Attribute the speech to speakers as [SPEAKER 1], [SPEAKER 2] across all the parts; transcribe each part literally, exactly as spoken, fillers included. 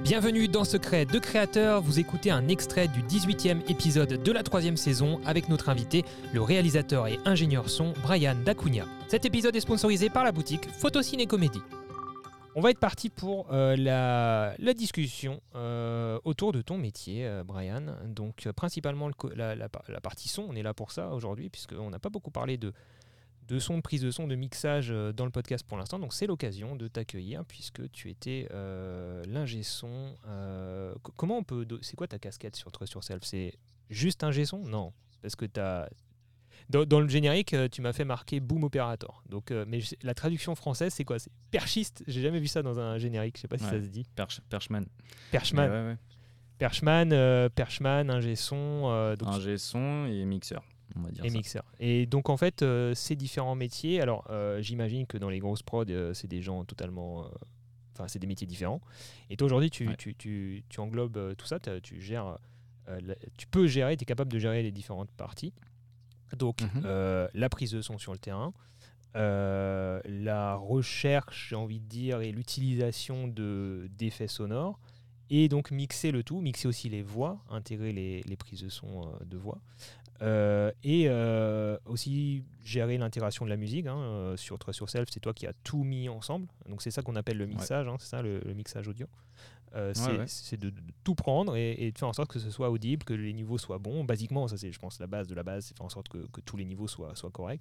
[SPEAKER 1] Bienvenue dans Secret de Créateur, vous écoutez un extrait du dix-huitième épisode de la troisième saison avec notre invité, le réalisateur et ingénieur son Brian D'Acunha. Cet épisode est sponsorisé par la boutique Photociné Comédie. On va être parti pour euh, la, la discussion euh, autour de ton métier, euh, Brian. Donc euh, principalement le, la, la, la partie son, on est là pour ça aujourd'hui puisqu'on n'a pas beaucoup parlé de de son, de prise de son, de mixage dans le podcast pour l'instant. Donc c'est l'occasion de t'accueillir puisque tu étais euh, l'ingé son. Euh, c- comment on peut... do- C'est quoi ta casquette sur Trust Yourself ? C'est juste ingé son ? Non. Parce que t'as... Dans, dans le générique, euh, tu m'as fait marquer Boom Operator. Donc, euh, mais je sais- la traduction française, c'est quoi ? C'est perchiste. J'ai jamais vu ça dans un générique. Je sais pas si
[SPEAKER 2] Ouais,
[SPEAKER 1] ça se dit.
[SPEAKER 2] Perch, Perchman.
[SPEAKER 1] Perchman.
[SPEAKER 2] Mais ouais, ouais.
[SPEAKER 1] Perchman, euh, Perchman, ingé son. Euh, donc
[SPEAKER 2] Ingé son et mixeur, on va dire
[SPEAKER 1] et
[SPEAKER 2] ça.
[SPEAKER 1] mixeur. Et donc en fait, euh, ces différents métiers, alors euh, j'imagine que dans les grosses prods, euh, c'est des gens totalement... euh, Enfin, c'est des métiers différents. Et toi aujourd'hui, tu,
[SPEAKER 2] Ouais.
[SPEAKER 1] tu, tu, tu englobes euh, tout ça, t'as- tu gères... euh, la- tu peux gérer, tu es capable de gérer les différentes parties. Donc
[SPEAKER 2] Mhm.
[SPEAKER 1] euh, la prise de son sur le terrain, euh, la recherche, j'ai envie de dire, et l'utilisation de, d'effets sonores, et donc mixer le tout, mixer aussi les voix, intégrer les, les prises de son euh, de voix. Euh, et euh, aussi gérer l'intégration de la musique hein, euh, sur Trust Yourself, c'est toi qui as tout mis ensemble. Donc c'est ça qu'on appelle le mixage, hein, c'est ça le, le mixage audio. Euh, c'est
[SPEAKER 2] Ouais, ouais.
[SPEAKER 1] c'est de, de tout prendre et, et de faire en sorte que ce soit audible, que les niveaux soient bons. Basiquement, ça c'est je pense la base de la base, c'est faire en sorte que, que tous les niveaux soient, soient corrects.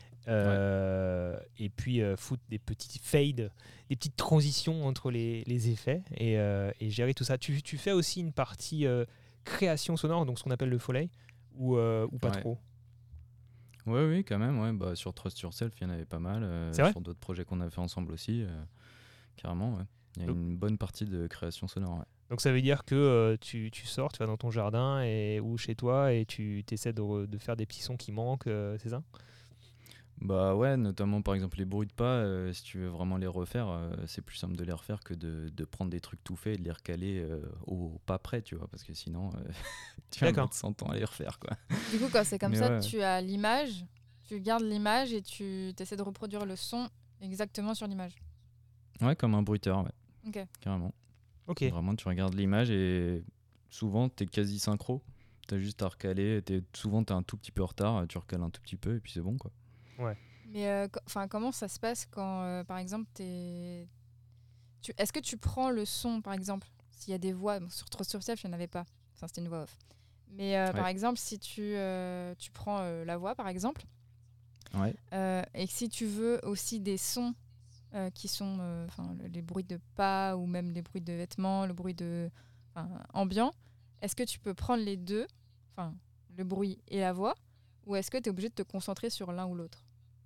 [SPEAKER 1] Euh, et puis euh, foutre des petits fades, des petites transitions entre les, les effets et, euh, et gérer tout ça. Tu, tu fais aussi une partie euh, création sonore, donc ce qu'on appelle le foley, ou, euh, ou pas
[SPEAKER 2] Ouais.
[SPEAKER 1] trop.
[SPEAKER 2] Ouais, oui, quand même. Ouais. Bah, sur Trust Yourself, il y en avait pas mal. euh,
[SPEAKER 1] C'est vrai
[SPEAKER 2] sur d'autres projets qu'on a fait ensemble aussi. euh, carrément, ouais. Il y a
[SPEAKER 1] Donc-
[SPEAKER 2] une bonne partie de création sonore. Ouais.
[SPEAKER 1] Donc ça veut dire que euh, tu, tu sors, tu vas dans ton jardin et, ou chez toi et tu essaies de, re- de faire des petits sons qui manquent, euh, c'est ça ?
[SPEAKER 2] Bah ouais, notamment par exemple les bruits de pas, euh, si tu veux vraiment les refaire, euh, c'est plus simple de les refaire que de, de prendre des trucs tout faits et de les recaler euh, au pas près, tu vois, parce que sinon euh, tu vas
[SPEAKER 1] D'accord.
[SPEAKER 2] mettre cent ans à les refaire, quoi.
[SPEAKER 3] Du coup, quand c'est comme
[SPEAKER 2] Mais
[SPEAKER 3] ça,
[SPEAKER 2] ouais.
[SPEAKER 3] tu as l'image, tu gardes l'image et tu essaies de reproduire le son exactement sur l'image.
[SPEAKER 2] Ouais, comme un bruiteur, ouais,
[SPEAKER 3] Ok.
[SPEAKER 2] carrément.
[SPEAKER 1] Ok.
[SPEAKER 2] Vraiment, tu regardes l'image et souvent, t'es quasi synchro. T'as juste à recaler. T'es, souvent, t'es un tout petit peu en retard. Tu recales un tout petit peu et puis c'est bon, quoi.
[SPEAKER 3] Mais euh, co- 'fin, comment ça se passe quand, euh, par exemple, t'es... Tu... est-ce que tu prends le son, par exemple, s'il y a des voix, bon, sur Trust Yourself, il n'y en avait pas, enfin, c'était une voix off. Mais euh, par
[SPEAKER 2] Ouais.
[SPEAKER 3] exemple, si tu, euh, tu prends euh, la voix, par exemple,
[SPEAKER 2] Ouais.
[SPEAKER 3] euh, et que si tu veux aussi des sons euh, qui sont euh, 'fin, le- les bruits de pas ou même les bruits de vêtements, le bruit de 'fin, ambiant, est-ce que tu peux prendre les deux, enfin le bruit et la voix, ou est-ce que tu es obligé de te concentrer sur l'un ou l'autre?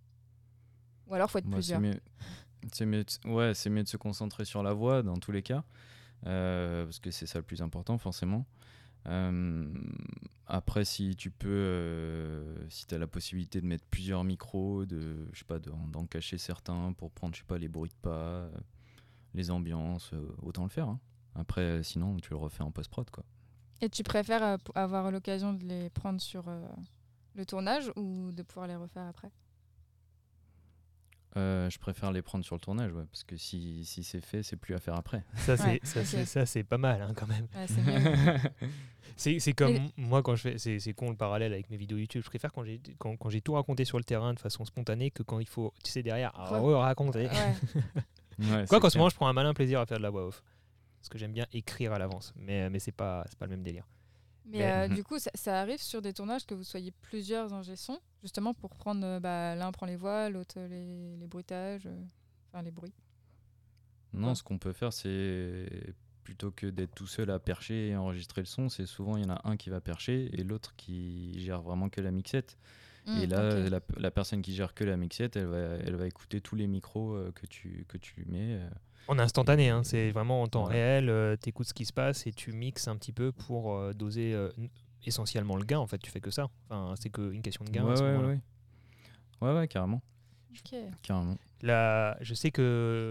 [SPEAKER 3] Ou alors faut être
[SPEAKER 2] Bah, c'est
[SPEAKER 3] plusieurs.
[SPEAKER 2] mieux. C'est mieux, de, ouais, c'est mieux de se concentrer sur la voix dans tous les cas, euh, parce que c'est ça le plus important, forcément. Euh, après, si tu peux, euh, si tu as la possibilité de mettre plusieurs micros, de, je sais pas, de- d'en cacher certains pour prendre, je sais pas, les bruits de pas, euh, les ambiances, euh, autant le faire. Hein. Après, euh, sinon, tu le refais en post-prod, quoi.
[SPEAKER 3] Et tu préfères euh, p- avoir l'occasion de les prendre sur euh, le tournage ou de pouvoir les refaire après?
[SPEAKER 2] Euh, je préfère les prendre sur le tournage, ouais, parce que si, si c'est fait, c'est plus à faire après.
[SPEAKER 1] Ça, c'est,
[SPEAKER 3] Ouais,
[SPEAKER 1] ça,
[SPEAKER 3] ok.
[SPEAKER 1] c'est, ça, c'est pas mal hein, quand même.
[SPEAKER 3] Ouais, c'est mieux.
[SPEAKER 1] C'est, c'est comme
[SPEAKER 3] Mais-
[SPEAKER 1] moi quand je fais, c'est, c'est con le parallèle avec mes vidéos YouTube. Je préfère quand j'ai, quand, quand j'ai tout raconté sur le terrain de façon spontanée que quand il faut, tu sais, derrière,
[SPEAKER 3] Re-
[SPEAKER 1] raconter.
[SPEAKER 3] Ouais.
[SPEAKER 2] Ouais,
[SPEAKER 1] Quoi
[SPEAKER 2] c'est
[SPEAKER 1] qu'en ce
[SPEAKER 2] clair.
[SPEAKER 1] moment, je prends un malin plaisir à faire de la voix off. Parce que j'aime bien écrire à l'avance. Mais, mais c'est pas, c'est pas le même délire.
[SPEAKER 3] Mais,
[SPEAKER 1] Mais-
[SPEAKER 3] euh,
[SPEAKER 2] Mhm.
[SPEAKER 3] du coup, ça, ça arrive sur des tournages que vous soyez plusieurs ingé son, justement pour prendre, euh, bah, l'un prend les voix, l'autre euh, les, les bruitages, euh, enfin les bruits.
[SPEAKER 2] Non,
[SPEAKER 3] Quoi.
[SPEAKER 2] ce qu'on peut faire, c'est plutôt que d'être tout seul à percher et enregistrer le son, c'est souvent il y en a un qui va percher et l'autre qui gère vraiment que la mixette. et
[SPEAKER 3] Hmm,
[SPEAKER 2] là,
[SPEAKER 3] ok.
[SPEAKER 2] la, la personne qui gère que la mixette, elle va, elle va écouter tous les micros euh, que tu, que tu mets. euh.
[SPEAKER 1] En instantané, hein, c'est vraiment en temps
[SPEAKER 2] Voilà.
[SPEAKER 1] réel. Euh, tu écoutes ce qui se passe et tu mixes un petit peu pour euh, doser euh, n- essentiellement le gain. En fait, tu fais que ça. Enfin, c'est qu'une question de gain
[SPEAKER 2] ouais,
[SPEAKER 1] à ce
[SPEAKER 2] ouais,
[SPEAKER 1] moment-là.
[SPEAKER 2] ouais. Ouais, ouais, carrément.
[SPEAKER 3] Ok.
[SPEAKER 2] carrément.
[SPEAKER 1] Là, je sais que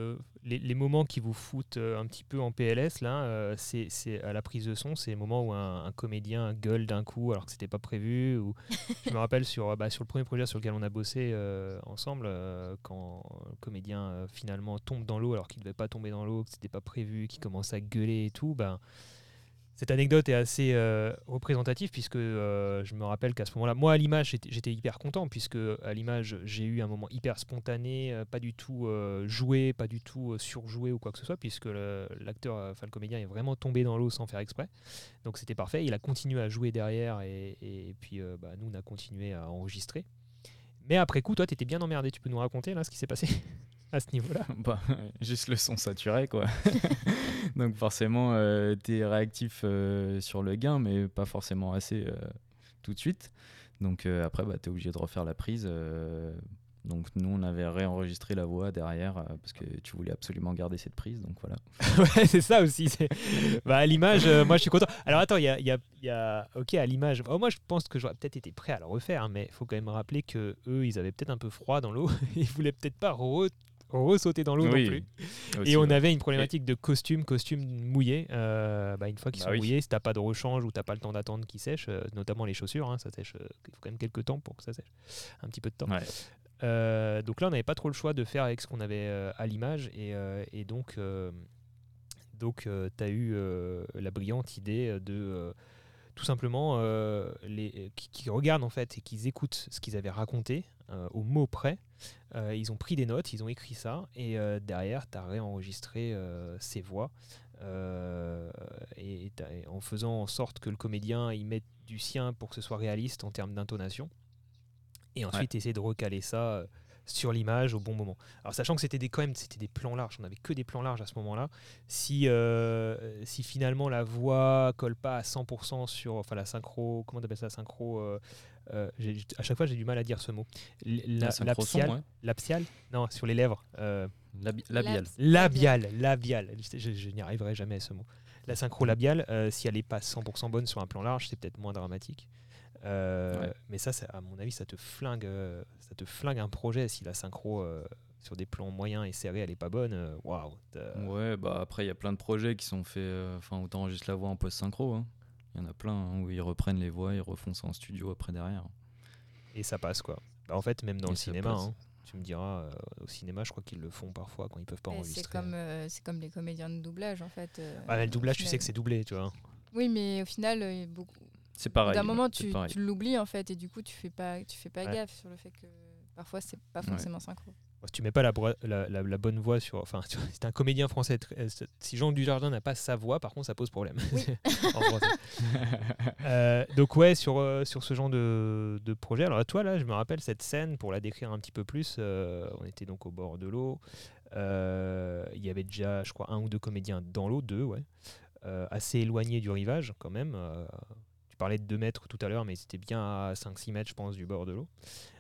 [SPEAKER 1] les, les moments qui vous foutent euh, un petit peu en P L S, là, euh, c'est, c'est à la prise de son, c'est les moments où un, un comédien gueule d'un coup alors que c'était pas prévu. Ou, je me rappelle sur, bah, sur le premier projet sur lequel on a bossé euh, ensemble, euh, quand le comédien euh, finalement tombe dans l'eau alors qu'il devait pas tomber dans l'eau, que c'était pas prévu, qu'il commence à gueuler et tout, bah, cette anecdote est assez euh, représentative puisque euh, je me rappelle qu'à ce moment-là, moi à l'image, j'étais, j'étais hyper content puisque à l'image, j'ai eu un moment hyper spontané, euh, pas du tout euh, joué, pas du tout euh, surjoué ou quoi que ce soit puisque le, l'acteur, euh, enfin le comédien est vraiment tombé dans l'eau sans faire exprès. Donc c'était parfait. Il a continué à jouer derrière et, et puis euh, bah, nous on a continué à enregistrer. Mais après coup, toi, t'étais bien emmerdé. Tu peux nous raconter là ce qui s'est passé à ce niveau-là?
[SPEAKER 2] Bah, juste le son saturé, quoi. Donc forcément, euh, t'es réactif euh, sur le gain, mais pas forcément assez euh, tout de suite. Donc euh, après, bah, t'es obligé de refaire la prise. euh, Donc nous, on avait réenregistré la voix derrière euh, parce que tu voulais absolument garder cette prise. Donc voilà.
[SPEAKER 1] Ouais, c'est ça aussi. C'est... Bah, à l'image, euh, moi je suis content. Alors attends, il y a, il y a- il y a- Ok, à l'image. Oh, moi je pense que j'aurais peut-être été prêt à le refaire, hein, mais il faut quand même rappeler que eux, ils avaient peut-être un peu froid dans l'eau. Ils voulaient peut-être pas re- re-sauter dans l'eau non
[SPEAKER 2] Oui,
[SPEAKER 1] plus.
[SPEAKER 2] aussi,
[SPEAKER 1] Et on
[SPEAKER 2] ouais.
[SPEAKER 1] avait une problématique de costume, costume mouillé. Euh, bah, une fois qu'ils
[SPEAKER 2] Bah
[SPEAKER 1] sont
[SPEAKER 2] oui.
[SPEAKER 1] mouillés, si t'as pas de rechange ou t'as pas le temps d'attendre qu'ils sèchent, euh, notamment les chaussures, hein, ça sèche. euh, Il faut quand même quelques temps pour que ça sèche. Un petit peu de temps.
[SPEAKER 2] Ouais.
[SPEAKER 1] Euh, donc là, on n'avait pas trop le choix de faire avec ce qu'on avait euh, à l'image. Et, euh, et donc, euh, donc euh, tu as eu euh, la brillante idée de euh, tout simplement euh, les, qui, qui regardent en fait et qui écoutent ce qu'ils avaient raconté euh, au mot près. Euh, ils ont pris des notes, ils ont écrit ça. Et euh, derrière, tu as réenregistré euh, ces voix. Euh, et, t'as- et en faisant en sorte que le comédien y mette du sien pour que ce soit réaliste en termes d'intonation. Et ensuite, essayer de recaler ça euh, sur l'image au bon moment. Alors, sachant que c'était des, quand même c'était des plans larges, on n'avait que des plans larges à ce moment-là. Si, euh, si finalement la voix colle pas à cent pour cent sur, enfin la synchro, comment t'appelles ça, synchro euh, euh, j'ai- à chaque fois, j'ai du mal à dire ce mot. L- La,
[SPEAKER 2] La synchro son,
[SPEAKER 1] lapsial,
[SPEAKER 2] ouais.
[SPEAKER 1] lapsial Non, sur les lèvres. Euh,
[SPEAKER 2] Labi- labial.
[SPEAKER 1] labial, labial. Je, je- je n'y arriverai jamais à ce mot. La synchro labiale, euh, si elle n'est pas cent pour cent bonne sur un plan large, c'est peut-être moins dramatique. Euh,
[SPEAKER 2] Ouais.
[SPEAKER 1] Mais ça, ça, à mon avis, ça te flingue, euh, ça te flingue un projet si la synchro euh, sur des plans moyens et serrés, elle est pas bonne. euh, Waouh. t'as-
[SPEAKER 2] Ouais, bah après, il y a plein de projets qui sont faits, euh, enfin, où t'enregistres la voix en post-synchro. hein. Il y en a plein hein, où ils reprennent les voix, ils refont ça en studio après derrière.
[SPEAKER 1] Et ça passe quoi. Bah, en fait, même dans
[SPEAKER 2] Et
[SPEAKER 1] le
[SPEAKER 2] ça
[SPEAKER 1] cinéma,
[SPEAKER 2] passe.
[SPEAKER 1] hein, tu me diras, euh, au cinéma, je crois qu'ils le font parfois quand ils peuvent pas
[SPEAKER 3] Et
[SPEAKER 1] enregistrer.
[SPEAKER 3] c'est comme, euh, c'est comme les comédiens de doublage en fait. euh,
[SPEAKER 1] Ah, mais le
[SPEAKER 3] au
[SPEAKER 1] doublage, tu
[SPEAKER 3] final.
[SPEAKER 1] sais que c'est doublé, tu vois.
[SPEAKER 3] Oui, mais au final, euh, il y a beaucoup...
[SPEAKER 2] C'est
[SPEAKER 3] au bout
[SPEAKER 2] pareil.
[SPEAKER 3] d'un
[SPEAKER 2] ouais,
[SPEAKER 3] moment,
[SPEAKER 2] c'est
[SPEAKER 3] tu,
[SPEAKER 2] pareil.
[SPEAKER 3] tu l'oublies en fait, et du coup, tu fais pas, tu fais pas
[SPEAKER 1] Ouais.
[SPEAKER 3] gaffe sur le fait que parfois c'est pas
[SPEAKER 2] Ouais.
[SPEAKER 3] forcément synchro.
[SPEAKER 1] Bon, si tu mets pas la, bro- la, la- la bonne voix sur. Enfin, tu vois, si t'es un comédien français, tr- euh, si Jean Dujardin n'a pas sa voix, par contre, ça pose problème.
[SPEAKER 3] Oui.
[SPEAKER 1] En français. Euh, donc, ouais, sur, euh, sur ce genre de, de projet. Alors, toi, là, je me rappelle cette scène, pour la décrire un petit peu plus. euh, on était donc au bord de l'eau. Euh, Il y avait déjà, je crois, un ou deux comédiens dans l'eau, deux, ouais. Euh, assez éloignés du rivage, quand même. Euh, tu parlais de deux mètres tout à l'heure, mais c'était bien à cinq six mètres, je pense, du bord de l'eau.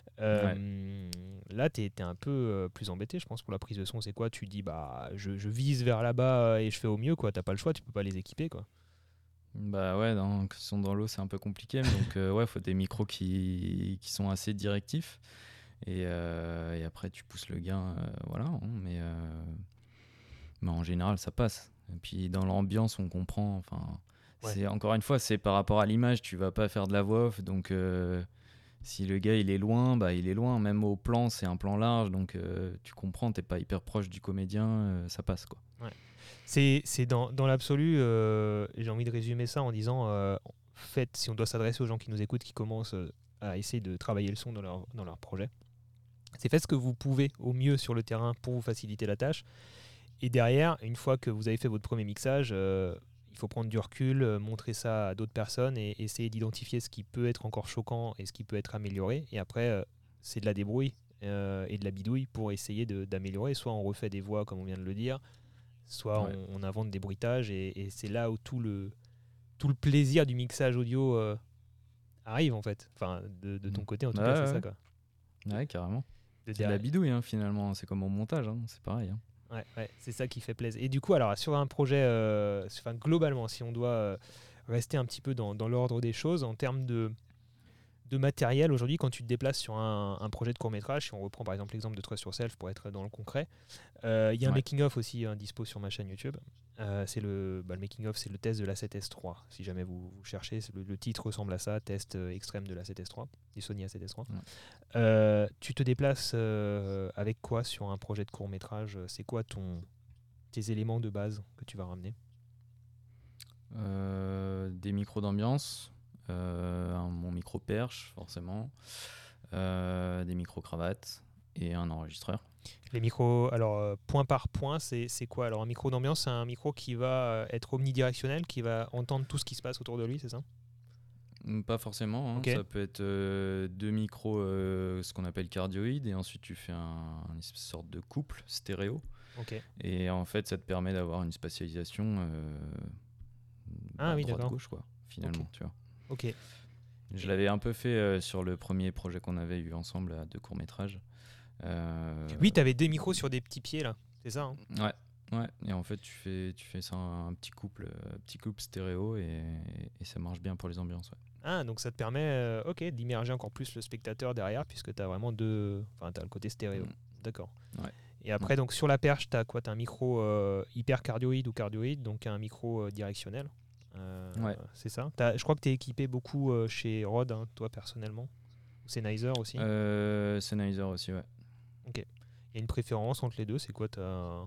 [SPEAKER 1] Euh, Là, tu es un peu euh, plus embêté, je pense, pour la prise de son. C'est quoi? Tu dis, bah, je, je vise vers là-bas euh, et je fais au mieux, quoi. T'as pas le choix, tu peux pas les équiper, quoi.
[SPEAKER 2] Bah ouais, non, quand ils sont dans l'eau, c'est un peu compliqué. Donc euh, ouais, faut des micros qui, qui sont assez directifs. Et, euh, et après, tu pousses le gain, euh, voilà. hein, mais, euh, mais en général, ça passe. Et puis dans l'ambiance, on comprend. Enfin,
[SPEAKER 1] Ouais.
[SPEAKER 2] c'est encore une fois, c'est par rapport à l'image. Tu vas pas faire de la voix off, donc euh, si le gars il est loin, bah il est loin. Même au plan, c'est un plan large, donc euh, tu comprends. T'es pas hyper proche du comédien, euh, ça passe quoi.
[SPEAKER 1] C'est c'est dans, dans l'absolu, euh, j'ai envie de résumer ça en disant, euh, en fait, si on doit s'adresser aux gens qui nous écoutent, qui commencent euh, à essayer de travailler le son dans leur, dans leur projet, c'est faites ce que vous pouvez au mieux sur le terrain pour vous faciliter la tâche. Et derrière, une fois que vous avez fait votre premier mixage, euh, il faut prendre du recul, euh, montrer ça à d'autres personnes et essayer d'identifier ce qui peut être encore choquant et ce qui peut être amélioré. Et après, euh, c'est de la débrouille euh, et de la bidouille pour essayer de- d'améliorer. Soit on refait des voix, comme on vient de le dire, soit
[SPEAKER 2] Ouais.
[SPEAKER 1] on, on invente des bruitages. Et, et c'est là où tout le, tout le plaisir du mixage audio euh, arrive, en fait. Enfin, de, de ton
[SPEAKER 2] Mm.
[SPEAKER 1] côté, en tout
[SPEAKER 2] Ouais,
[SPEAKER 1] cas, c'est
[SPEAKER 2] ouais.
[SPEAKER 1] ça, quoi.
[SPEAKER 2] Ouais, carrément.
[SPEAKER 1] De
[SPEAKER 2] C'est de la
[SPEAKER 1] derrière-
[SPEAKER 2] bidouille hein, finalement. C'est comme au montage, hein, c'est pareil. hein.
[SPEAKER 1] Ouais, ouais, c'est ça qui fait plaisir. Et du coup, alors sur un projet, euh, enfin, globalement, si on doit euh, rester un petit peu dans, dans l'ordre des choses, en termes de, de matériel aujourd'hui quand tu te déplaces sur un, un projet de court-métrage. Si on reprend par exemple l'exemple de Trust Yourself pour être dans le concret, il euh, y a un ouais. making-of aussi hein, dispo sur ma chaîne YouTube. Euh, c'est le, bah, le making-of, c'est le test de l'A sept S trois. Si jamais vous, vous cherchez, le, le titre ressemble à ça, test euh, extrême de l'A sept S trois, du Sony A sept S trois. Ouais. Euh, tu te déplaces euh, avec quoi sur un projet de court-métrage? C'est quoi ton, tes éléments de base que tu vas ramener?
[SPEAKER 2] euh, Des micros d'ambiance. Euh, un, mon micro perche forcément, euh, des micros cravates et un enregistreur.
[SPEAKER 1] Les micros, alors euh, point par point, c'est, c'est quoi? Alors un micro d'ambiance, c'est un micro qui va être omnidirectionnel, qui va entendre tout ce qui se passe autour de lui, c'est ça?
[SPEAKER 2] Pas forcément, hein. Okay. Ça peut être euh, deux micros, euh, ce qu'on appelle cardioïdes, et ensuite tu fais un, une sorte de couple stéréo.
[SPEAKER 1] Okay.
[SPEAKER 2] Et en fait, ça te permet d'avoir une spatialisation euh,
[SPEAKER 1] ah,
[SPEAKER 2] à
[SPEAKER 1] oui,
[SPEAKER 2] droite-gauche, quoi, finalement,
[SPEAKER 1] okay.
[SPEAKER 2] tu vois.
[SPEAKER 1] Ok.
[SPEAKER 2] Je l'avais un peu fait euh, sur le premier projet qu'on avait eu ensemble à deux courts-métrages. Euh...
[SPEAKER 1] Oui, tu avais deux micros sur des petits pieds là, c'est ça hein?
[SPEAKER 2] Ouais, ouais. Et en fait, tu fais, tu fais ça un petit couple, un petit couple stéréo et, et ça marche bien pour les ambiances. Ouais.
[SPEAKER 1] Ah, donc ça te permet euh, ok, d'immerger encore plus le spectateur derrière puisque tu as vraiment deux. Enfin, tu as le côté stéréo. Mmh. D'accord.
[SPEAKER 2] Ouais.
[SPEAKER 1] Et après, ouais. donc sur la perche, tu as quoi? Tu as un micro euh, hyper cardioïde ou cardioïde, donc un micro euh, directionnel. Euh,
[SPEAKER 2] ouais.
[SPEAKER 1] C'est ça. T'as, je crois que tu es équipé beaucoup euh, chez Rode, hein, toi personnellement. Ou Sennheiser aussi
[SPEAKER 2] euh, Sennheiser aussi, ouais.
[SPEAKER 1] Ok. Il y a une préférence entre les deux, c'est quoi ta...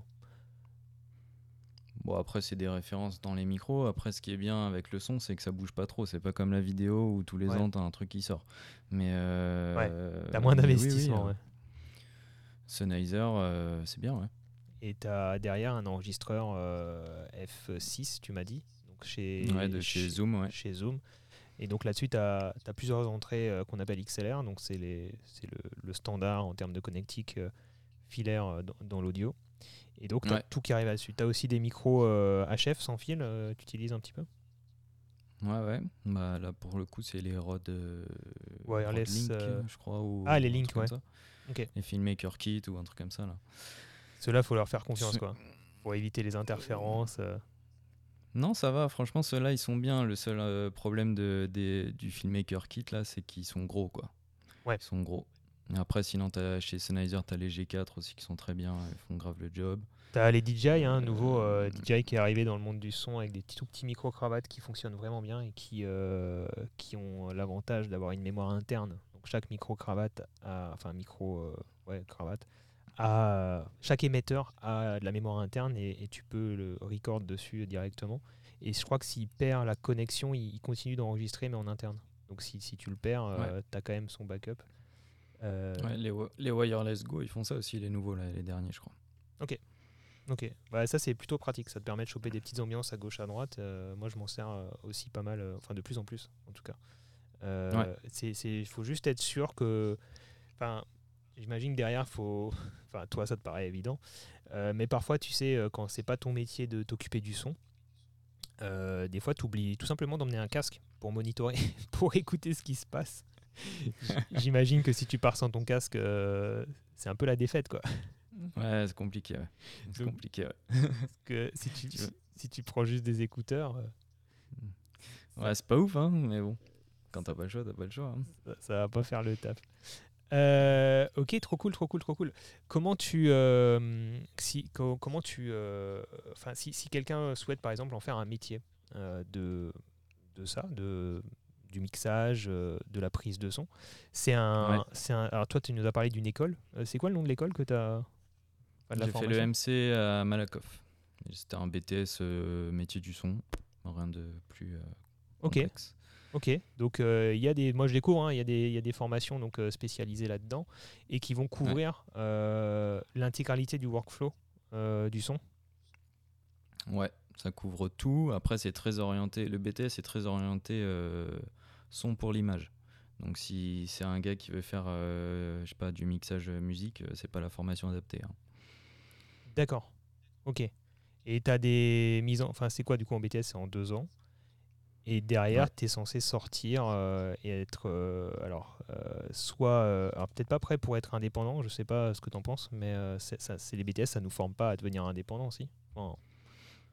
[SPEAKER 2] Bon, après, c'est des références dans les micros. Après, ce qui est bien avec le son, c'est que ça bouge pas trop. C'est pas comme la vidéo où tous les
[SPEAKER 1] ouais.
[SPEAKER 2] ans, t'as un truc qui sort. Mais euh,
[SPEAKER 1] ouais. T'as moins d'investissement,
[SPEAKER 2] oui, oui,
[SPEAKER 1] ouais.
[SPEAKER 2] Sennheiser, euh, c'est bien, ouais.
[SPEAKER 1] Et t'as derrière un enregistreur euh, F six, tu m'as dit, donc chez,
[SPEAKER 2] ouais, de chez, chez Zoom, ouais.
[SPEAKER 1] Chez Zoom. Et donc là-dessus, tu as plusieurs entrées euh, qu'on appelle X L R, donc c'est le, le standard en termes de connectique euh, filaire euh, dans, dans l'audio. Et donc, tu as ouais. tout qui arrive là-dessus. Tu as aussi des micros euh, H F sans fil, euh, tu utilises un petit peu?
[SPEAKER 2] Ouais, ouais. Bah, là, pour le coup, c'est les Rode, euh,
[SPEAKER 1] Wireless,
[SPEAKER 2] Rode Link,
[SPEAKER 1] euh...
[SPEAKER 2] je crois. Ou,
[SPEAKER 1] ah, les Link, ouais.
[SPEAKER 2] Okay. Les Filmmaker Kit ou un truc comme ça. Là.
[SPEAKER 1] Ceux-là, il faut leur faire confiance, quoi. Pour éviter les interférences. Euh...
[SPEAKER 2] Non, ça va. Franchement, ceux-là, ils sont bien. Le seul euh, problème de, de, du Filmmaker Kit, là, c'est qu'ils sont gros, quoi.
[SPEAKER 1] Ouais.
[SPEAKER 2] Ils sont gros. Après, sinon, as, chez Sennheiser, tu as les G quatre aussi qui sont très bien, ils font grave le job.
[SPEAKER 1] Tu as les D J I, hein, euh, nouveau euh, D J I qui est arrivé dans le monde du son avec des petits, tout petits micro-cravates qui fonctionnent vraiment bien et qui, euh, qui ont l'avantage d'avoir une mémoire interne. Donc chaque micro-cravate, a, enfin micro, euh, ouais, cravate, a, chaque émetteur a de la mémoire interne et, et tu peux le record dessus directement. Et je crois que s'il perd la connexion, il, il continue d'enregistrer mais en interne. Donc si, si tu le perds, euh, ouais. tu as quand même son backup.
[SPEAKER 2] Euh... Ouais, les, les Wireless Go, ils font ça aussi, les nouveaux, là, les derniers, je crois.
[SPEAKER 1] Ok. Ok. Bah, ça, c'est plutôt pratique. Ça te permet de choper des petites ambiances à gauche, à droite. Euh, moi, je m'en sers aussi pas mal, enfin, de plus en plus, en tout cas. Euh, ouais. c'est, c'est, faut juste être sûr que. Enfin, j'imagine que derrière, faut. Enfin, toi, ça te paraît évident. Euh, mais parfois, tu sais, quand c'est pas ton métier de t'occuper du son, euh, des fois, tu oublies tout simplement d'emmener un casque pour monitorer, pour écouter ce qui se passe. J'imagine que si tu pars sans ton casque, euh, c'est un peu la défaite, quoi.
[SPEAKER 2] Ouais, c'est compliqué. Ouais. C'est
[SPEAKER 1] Donc,
[SPEAKER 2] compliqué. Ouais.
[SPEAKER 1] Parce que si tu, si, si tu prends juste des écouteurs, euh,
[SPEAKER 2] ouais, c'est pas ouf, hein. Mais bon, quand t'as pas le choix, t'as pas le choix. Hein.
[SPEAKER 1] Ça, ça va pas faire le taf. Euh, ok, trop cool, trop cool, trop cool. Comment tu, euh, si, co- comment tu, enfin, euh, si, si quelqu'un souhaite par exemple en faire un métier euh, de, de ça, de du mixage, euh, de la prise de son. C'est un, ouais. c'est un. Alors toi, tu nous as parlé d'une école. Euh, c'est quoi le nom de l'école que tu as?
[SPEAKER 2] Enfin, J'ai fait le M C à Malakoff. C'était un B T S euh, métier du son, rien de plus euh, complexe.
[SPEAKER 1] Ok. Ok. Donc il euh, y a des, moi je découvre, il hein, y a des, il y a des formations donc euh, spécialisées là-dedans et qui vont couvrir ouais. euh, l'intégralité du workflow euh, du son.
[SPEAKER 2] Ouais. Ça couvre tout. Après, c'est très orienté. Le B T S est très orienté euh, son pour l'image. Donc, si c'est un gars qui veut faire, euh, je sais pas, du mixage musique, c'est pas la formation adaptée. Hein.
[SPEAKER 1] D'accord. Ok. Et t'as des mises en, enfin, c'est quoi du coup en B T S? C'est en deux ans. Et derrière, ouais. t'es censé sortir euh, et être, euh, alors, euh, soit, euh, alors peut-être pas prêt pour être indépendant. Je sais pas ce que t'en penses, mais euh, c'est, ça, c'est les B T S, ça nous forme pas à devenir indépendant aussi. Enfin,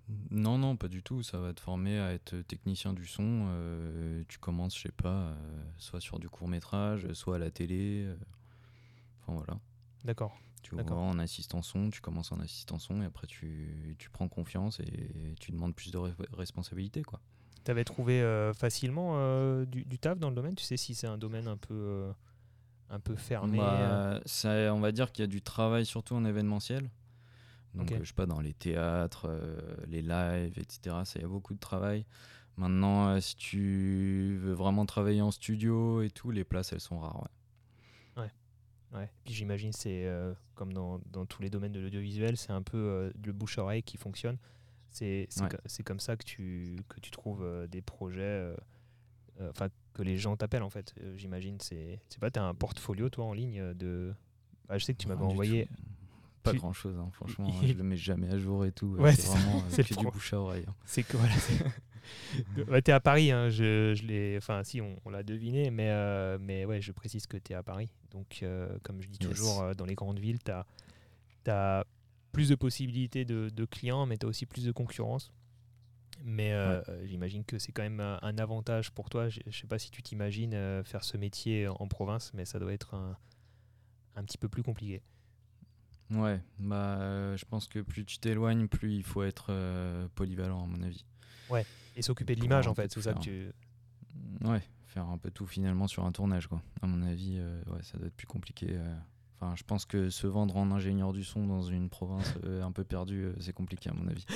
[SPEAKER 2] Non, non, pas du tout. Ça va te former à être technicien du son. Euh, tu commences, je sais pas, euh, soit sur du court-métrage, soit à la télé. euh, Enfin voilà.
[SPEAKER 1] D'accord.
[SPEAKER 2] Tu vois,
[SPEAKER 1] D'accord.
[SPEAKER 2] en assistant son, tu commences en assistant son et après tu, tu prends confiance et tu demandes plus de re- responsabilités, quoi.
[SPEAKER 1] Tu avais trouvé euh, facilement euh, du, du taf dans le domaine? Tu sais si c'est un domaine un peu, euh, un peu fermé euh,
[SPEAKER 2] Bah, ça, on va dire qu'il y a du travail surtout en événementiel. Donc,
[SPEAKER 1] Ok.
[SPEAKER 2] euh, je sais pas, dans les théâtres, euh, les lives, et cetera. Ça, il y a beaucoup de travail. Maintenant, euh, si tu veux vraiment travailler en studio et tout, les places, elles sont rares. Ouais.
[SPEAKER 1] Ouais. Puis j'imagine c'est euh, comme dans, dans tous les domaines de l'audiovisuel, c'est un peu euh, le bouche-oreille qui fonctionne. C'est c'est
[SPEAKER 2] Ouais.
[SPEAKER 1] co- c'est comme ça que tu, que tu trouves euh, des projets, euh, euh, enfin que les gens t'appellent en fait. Euh, j'imagine c'est c'est pas, t'as un portfolio toi en ligne euh, de. Ah, je sais que tu m'avais
[SPEAKER 2] Rien du
[SPEAKER 1] envoyé.
[SPEAKER 2] tout. Pas
[SPEAKER 1] Tu-
[SPEAKER 2] grand chose, hein, franchement. hein, Je le mets jamais à jour et tout. euh,
[SPEAKER 1] Ouais,
[SPEAKER 2] c'est
[SPEAKER 1] c'est ça,
[SPEAKER 2] vraiment euh,
[SPEAKER 1] c'est le
[SPEAKER 2] que du
[SPEAKER 1] pro-
[SPEAKER 2] bouche à oreille. hein.
[SPEAKER 1] C'est que voilà. Ouais, t'es à Paris, hein, je, je l'ai, enfin si on, on l'a deviné, mais, euh, mais ouais, je précise que t'es à Paris. Donc euh, comme je dis
[SPEAKER 2] Yes.
[SPEAKER 1] toujours, euh, dans les grandes villes, t'as as plus de possibilités de, de clients, mais t'as aussi plus de concurrence. Mais euh, euh, j'imagine que c'est quand même un, un avantage pour toi. Je, je sais pas si tu t'imagines euh, faire ce métier en province, mais ça doit être un, un petit peu plus compliqué.
[SPEAKER 2] Ouais, bah, euh, je pense que plus tu t'éloignes, plus il faut être euh, polyvalent, à mon avis.
[SPEAKER 1] Et s'occuper de
[SPEAKER 2] Pour
[SPEAKER 1] l'image,
[SPEAKER 2] un
[SPEAKER 1] en
[SPEAKER 2] peu
[SPEAKER 1] fait,
[SPEAKER 2] tout
[SPEAKER 1] c'est ça que
[SPEAKER 2] faire.
[SPEAKER 1] tu...
[SPEAKER 2] Ouais, faire un peu tout finalement sur un tournage, quoi. À mon avis, euh, ouais, ça doit être plus compliqué. euh. Enfin, je pense que se vendre en ingénieur du son dans une province euh, un peu perdue, euh, c'est compliqué, à mon avis.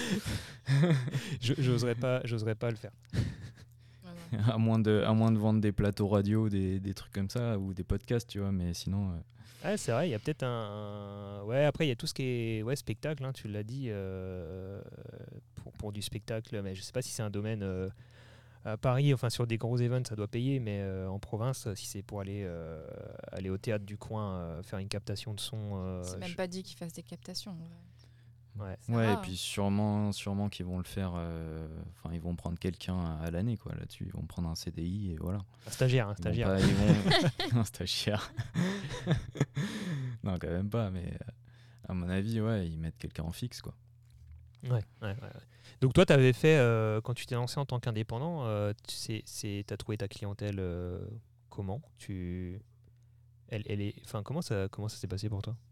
[SPEAKER 1] Je- J'oserais pas, j'oserais pas le faire.
[SPEAKER 2] à, moins de, à moins de vendre des plateaux radio, des, des trucs comme ça, ou des podcasts, tu vois, mais sinon... euh,
[SPEAKER 1] Ouais, c'est vrai, il y a peut-être un, un- Ouais, après, il y a tout ce qui est ouais, spectacle, hein, tu l'as dit, euh, pour, pour du spectacle, mais je sais pas si c'est un domaine euh, à Paris, enfin sur des gros events, ça doit payer, mais euh, en province, si c'est pour aller, euh, aller au théâtre du coin, euh, faire une captation de son. euh,
[SPEAKER 3] C'est même
[SPEAKER 1] je-
[SPEAKER 3] pas dit qu'ils fassent des captations. en vrai.
[SPEAKER 1] Ouais.
[SPEAKER 3] C'est
[SPEAKER 2] Ouais, et
[SPEAKER 3] rare,
[SPEAKER 2] puis
[SPEAKER 3] hein.
[SPEAKER 2] sûrement, sûrement qu'ils vont le faire. euh, Enfin, ils vont prendre quelqu'un à, à l'année, quoi. Là-dessus, ils vont prendre un C D I et voilà.
[SPEAKER 1] Un stagiaire, un
[SPEAKER 2] Ils vont
[SPEAKER 1] stagiaire.
[SPEAKER 2] pas, ils vont... un stagiaire. non, quand même pas. Mais euh, à mon avis, ouais, ils mettent quelqu'un en fixe, quoi.
[SPEAKER 1] Ouais, ouais, ouais, ouais. Donc toi, tu avais fait, euh, quand tu t'es lancé en tant qu'indépendant, euh, tu sais, c'est, t'as trouvé ta clientèle euh, comment tu, elle, elle est, enfin, comment ça, comment ça s'est passé pour toi?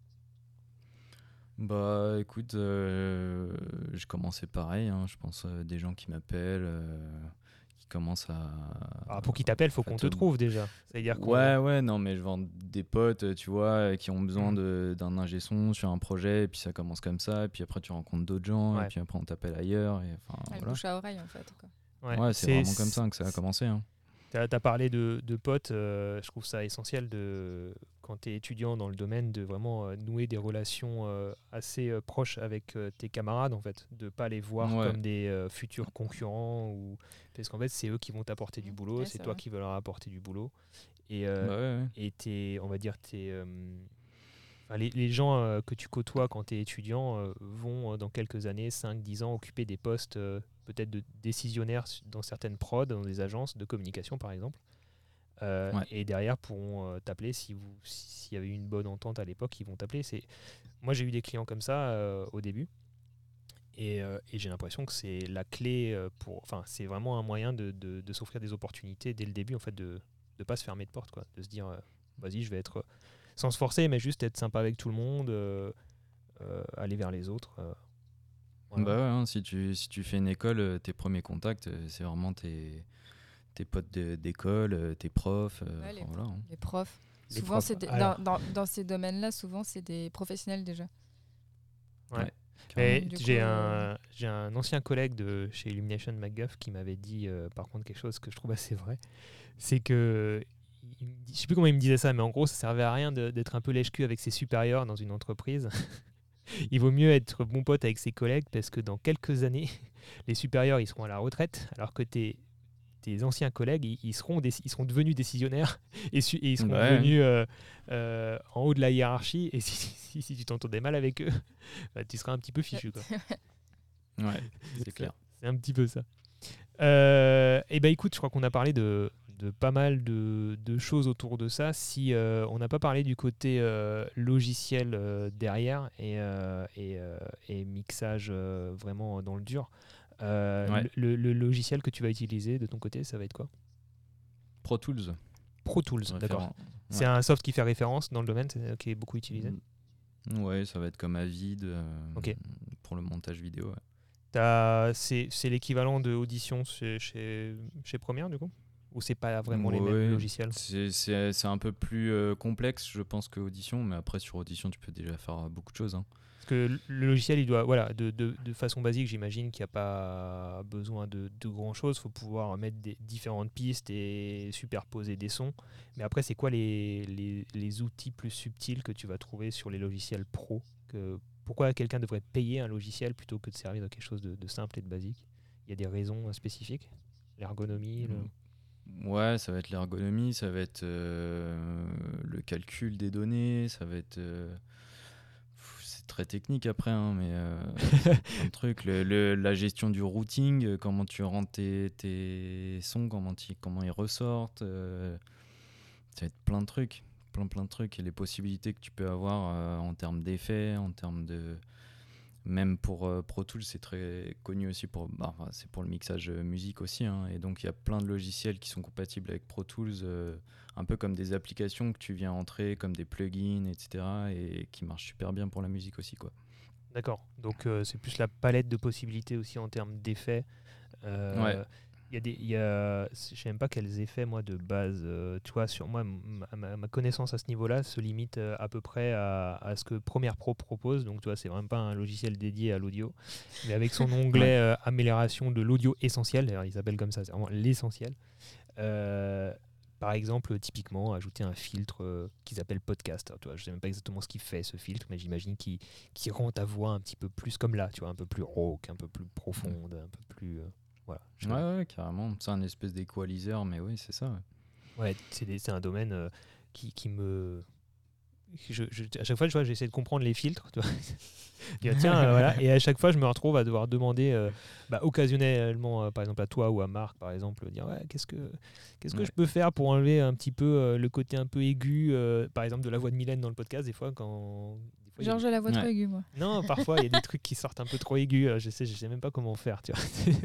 [SPEAKER 2] Bah, écoute, euh, je commençais pareil. hein, je pense euh, des gens qui m'appellent, euh, qui commencent à.
[SPEAKER 1] Alors, pour qu'ils t'appellent, faut
[SPEAKER 2] en fait,
[SPEAKER 1] qu'on te
[SPEAKER 2] euh,
[SPEAKER 1] trouve déjà. C'est-à-dire qu'on.
[SPEAKER 2] Ouais, ouais, non, mais je vends des potes, euh, tu vois, euh, qui ont besoin
[SPEAKER 1] Mhm.
[SPEAKER 2] de- d'un ingé son sur un projet, et puis ça commence comme ça, et puis après tu rencontres d'autres gens, et
[SPEAKER 1] Ouais.
[SPEAKER 2] puis après on t'appelle ailleurs, et enfin
[SPEAKER 3] Elle
[SPEAKER 2] voilà.
[SPEAKER 3] bouche à oreille, en fait. Quoi.
[SPEAKER 2] Ouais, c'est vraiment comme ça que ça a commencé. hein.
[SPEAKER 1] Tu as parlé de, de potes, euh, je trouve ça essentiel de, quand tu es étudiant dans le domaine, de vraiment euh, nouer des relations euh, assez euh, proches avec euh, tes camarades, en fait, de pas les voir
[SPEAKER 2] Ouais,
[SPEAKER 1] comme des euh, futurs concurrents, ou... parce qu'en fait, c'est eux qui vont t'apporter du
[SPEAKER 3] Mhm.
[SPEAKER 1] boulot,
[SPEAKER 3] Ouais,
[SPEAKER 1] c'est
[SPEAKER 3] c'est
[SPEAKER 1] toi
[SPEAKER 3] vrai.
[SPEAKER 1] qui vas leur apporter du boulot. Et, euh,
[SPEAKER 2] bah ouais, ouais.
[SPEAKER 1] et tes, on va dire, tes, euh, enfin, les, les gens euh, que tu côtoies quand tu es étudiant euh, vont, euh, dans quelques années, cinq dix ans, occuper des postes euh, peut-être de décisionnaires su- dans certaines prods, dans des agences de communication, par exemple. Euh,
[SPEAKER 2] Ouais.
[SPEAKER 1] et derrière pourront euh, t'appeler si vous s'il y avait eu une bonne entente à l'époque, ils vont t'appeler. C'est moi j'ai eu des clients comme ça euh, au début et, euh, et j'ai l'impression que c'est la clé euh, pour enfin c'est vraiment un moyen de, de, de s'offrir des opportunités dès le début, en fait, de ne pas se fermer de porte, quoi, de se dire euh, vas-y, je vais être sans se forcer, mais juste être sympa avec tout le monde, euh, euh, aller vers les autres, euh, voilà.
[SPEAKER 2] Bah ouais, hein, si tu, si tu fais une école, euh, tes premiers contacts, euh, c'est vraiment tes, tes potes de- d'école, euh, tes profs, euh,
[SPEAKER 3] Ouais, les,
[SPEAKER 2] enfin, voilà. hein.
[SPEAKER 3] les profs.
[SPEAKER 1] Les
[SPEAKER 3] Souvent,
[SPEAKER 1] profs.
[SPEAKER 3] c'est des-
[SPEAKER 1] Alors,
[SPEAKER 3] dans, dans, dans ces domaines-là, souvent, c'est des professionnels déjà.
[SPEAKER 1] Ouais.
[SPEAKER 2] Ouais,
[SPEAKER 1] Mais
[SPEAKER 3] Du
[SPEAKER 1] j'ai
[SPEAKER 3] coup, euh,
[SPEAKER 1] un, j'ai un ancien collègue de chez Illumination MacGuff qui m'avait dit, euh, par contre, quelque chose que je trouve assez vrai. C'est que, il me dit- je sais plus comment il me disait ça, mais en gros, ça servait à rien de- d'être un peu lèche-cul avec ses supérieurs dans une entreprise. Il vaut mieux être bon pote avec ses collègues parce que dans quelques années, les supérieurs, ils seront à la retraite, alors que tes, tes anciens collègues, ils, ils seront, déci- ils seront devenus décisionnaires et, su- et ils seront
[SPEAKER 2] Bah ouais.
[SPEAKER 1] devenus euh, euh, en haut de la hiérarchie. Et si, si, si tu t'entendais mal avec eux, bah, tu seras un petit peu fichu, quoi.
[SPEAKER 2] Ouais, c'est clair.
[SPEAKER 1] C'est un petit peu ça. Euh, et ben écoute, je crois qu'on a parlé de, de pas mal de, de choses autour de ça. Si euh, on n'a pas parlé du côté euh, logiciel euh, derrière et, euh, et, euh, et mixage euh, vraiment dans le dur, euh,
[SPEAKER 2] Ouais.
[SPEAKER 1] le, le logiciel que tu vas utiliser de ton côté, ça va être quoi?
[SPEAKER 2] Pro Tools.
[SPEAKER 1] Pro Tools,
[SPEAKER 2] référent.
[SPEAKER 1] d'accord. C'est
[SPEAKER 2] Ouais.
[SPEAKER 1] un soft qui fait référence dans le domaine, c'est, qui est beaucoup utilisé.
[SPEAKER 2] Ouais, ça va être comme Avid euh,
[SPEAKER 1] Ok.
[SPEAKER 2] pour le montage vidéo. Ouais.
[SPEAKER 1] T'as- C'est, c'est l'équivalent de Audition chez, chez, chez Premiere, du coup? Ou c'est pas vraiment les mêmes
[SPEAKER 2] Ouais,
[SPEAKER 1] logiciels?
[SPEAKER 2] C'est, c'est, c'est un peu plus euh, complexe, je pense, que Audition, mais après, sur Audition, tu peux déjà faire euh, beaucoup de choses. Hein.
[SPEAKER 1] Parce que le logiciel, il doit, voilà, de, de, de façon basique, j'imagine qu'il n'y a pas besoin de, de grand chose. Il faut pouvoir mettre des différentes pistes et superposer des sons. Mais après, c'est quoi les, les, les outils plus subtils que tu vas trouver sur les logiciels pro que, Pourquoi quelqu'un devrait payer un logiciel plutôt que de servir de quelque chose de, de simple et de basique? Il y a des raisons spécifiques? L'ergonomie le...
[SPEAKER 2] Ouais, ça va être l'ergonomie, ça va être euh, le calcul des données, ça va être... euh, pff, c'est très technique après, hein, mais euh, plein de trucs. Le, le- la gestion du routing, euh, comment tu rentres tes, tes sons, comment, tu- comment ils ressortent. euh, ça va être plein de trucs, plein plein de trucs. Et les possibilités que tu peux avoir euh, en termes d'effets, en termes de... Même pour euh, Pro Tools, c'est très connu aussi pour, bah, enfin, c'est pour le mixage euh, musique aussi. Hein, et donc, il y a plein de logiciels qui sont compatibles avec Pro Tools, euh, un peu comme des applications que tu viens entrer, comme des plugins, et cetera. Et qui marchent super bien pour la musique aussi, quoi.
[SPEAKER 1] D'accord. Donc euh, c'est plus la palette de possibilités aussi en termes d'effets. Euh,
[SPEAKER 2] Ouais.
[SPEAKER 1] Il y a des, il y a, je sais même pas quels effets moi de base. euh, tu vois, sur moi, m- ma, ma connaissance à ce niveau-là se limite euh, à peu près à, à ce que Premiere Pro propose. Donc tu vois, c'est vraiment pas un logiciel dédié à l'audio, mais avec son onglet
[SPEAKER 2] Ouais.
[SPEAKER 1] euh, amélioration de l'audio essentiel. D'ailleurs, il s'appelle comme ça, c'est vraiment l'essentiel. Euh, Par exemple, typiquement, ajouter un filtre euh, qu'ils appellent podcast. Alors, tu vois, je sais même pas exactement ce qu'il fait ce filtre, mais j'imagine qu'il qu'il rend ta voix un petit peu plus comme là, tu vois, un peu plus rauque, un peu plus profonde, un peu plus. euh, voilà. Je-
[SPEAKER 2] Ouais, ouais, carrément. C'est un espèce d'équaliseur, mais oui, c'est ça. Ouais.
[SPEAKER 1] Ouais, c'est des- c'est un domaine euh, qui, qui me. Je, je- à chaque fois, je vois, j'essaie de comprendre les filtres. Tu vois. Je dis, ah, tiens, euh, voilà. Et à chaque fois, je me retrouve à devoir demander, euh, bah, occasionnellement, euh, par exemple à toi ou à Marc, par exemple, dire ouais, qu'est-ce que, qu'est-ce que
[SPEAKER 2] Ouais.
[SPEAKER 1] je peux faire pour enlever un petit peu euh, le côté un peu aigu, euh, par exemple, de la voix de Mylène dans le podcast, des fois, quand. Des fois, il y a
[SPEAKER 3] Genre,
[SPEAKER 1] des-
[SPEAKER 3] j'ai la voix trop
[SPEAKER 2] Ouais.
[SPEAKER 3] aiguë, moi.
[SPEAKER 1] Non, parfois, il y a des trucs qui sortent un peu trop aigus. euh, Je sais, je sais même pas comment faire, tu vois.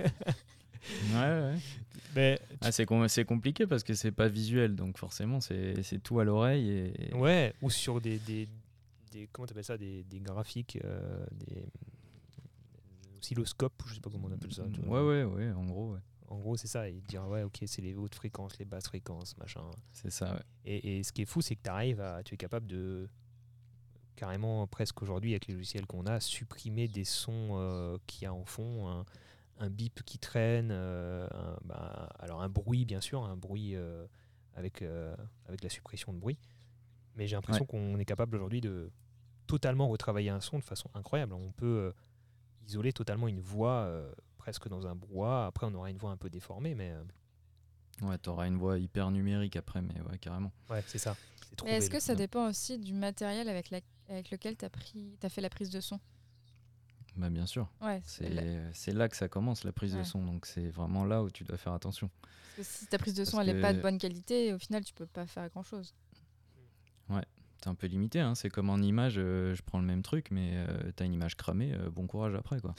[SPEAKER 2] Ouais, ouais.
[SPEAKER 1] Mais,
[SPEAKER 2] Ah, c'est, com- c'est compliqué parce que c'est pas visuel, donc forcément, c'est, c'est tout à l'oreille. Et...
[SPEAKER 1] ouais, ou sur des, des, des comment t'appelles ça, des, des graphiques, euh, des oscilloscopes, je sais pas comment on appelle ça. Tu vois.
[SPEAKER 2] Ouais, ouais, ouais, en gros, ouais.
[SPEAKER 1] En gros, c'est ça. Et dire ouais, ok, c'est les hautes fréquences, les basses fréquences, machin.
[SPEAKER 2] C'est ça, ouais.
[SPEAKER 1] Et, et ce qui est fou, c'est que tu arrives à, tu es capable de carrément presque aujourd'hui avec les logiciels qu'on a, supprimer des sons euh, qu'il y a en fond, un, un bip qui traîne, euh, un, bah, alors un bruit bien sûr, un bruit euh, avec euh, avec la suppression de bruit. Mais j'ai l'impression
[SPEAKER 2] Ouais.
[SPEAKER 1] qu'on est capable aujourd'hui de totalement retravailler un son de façon incroyable. On peut euh, isoler totalement une voix euh, presque dans un brouhaha. Après, on aura une voix un peu déformée, mais euh,
[SPEAKER 2] Ouais, t'auras une voix hyper numérique après, mais ouais, carrément.
[SPEAKER 1] ouais, c'est ça. C'est
[SPEAKER 3] Mais
[SPEAKER 1] trouver
[SPEAKER 3] est-ce que
[SPEAKER 1] le-
[SPEAKER 3] ça dépend aussi du matériel avec, la- avec lequel tu as pris... t'as fait la prise de son?
[SPEAKER 2] Bah, bien sûr.
[SPEAKER 3] Ouais,
[SPEAKER 2] C'est,
[SPEAKER 3] la-
[SPEAKER 2] c'est là que ça commence, la prise de
[SPEAKER 3] Ouais.
[SPEAKER 2] son. Donc, c'est vraiment là où tu dois faire attention.
[SPEAKER 3] parce que si ta prise de son
[SPEAKER 2] Parce
[SPEAKER 3] elle est pas de
[SPEAKER 2] que-
[SPEAKER 3] bonne qualité, au final tu peux pas faire grand chose.
[SPEAKER 2] T'es un peu limité, hein. C'est comme en image, euh, je prends le même truc, mais euh, t'as une image cramée, euh, bon courage après, quoi.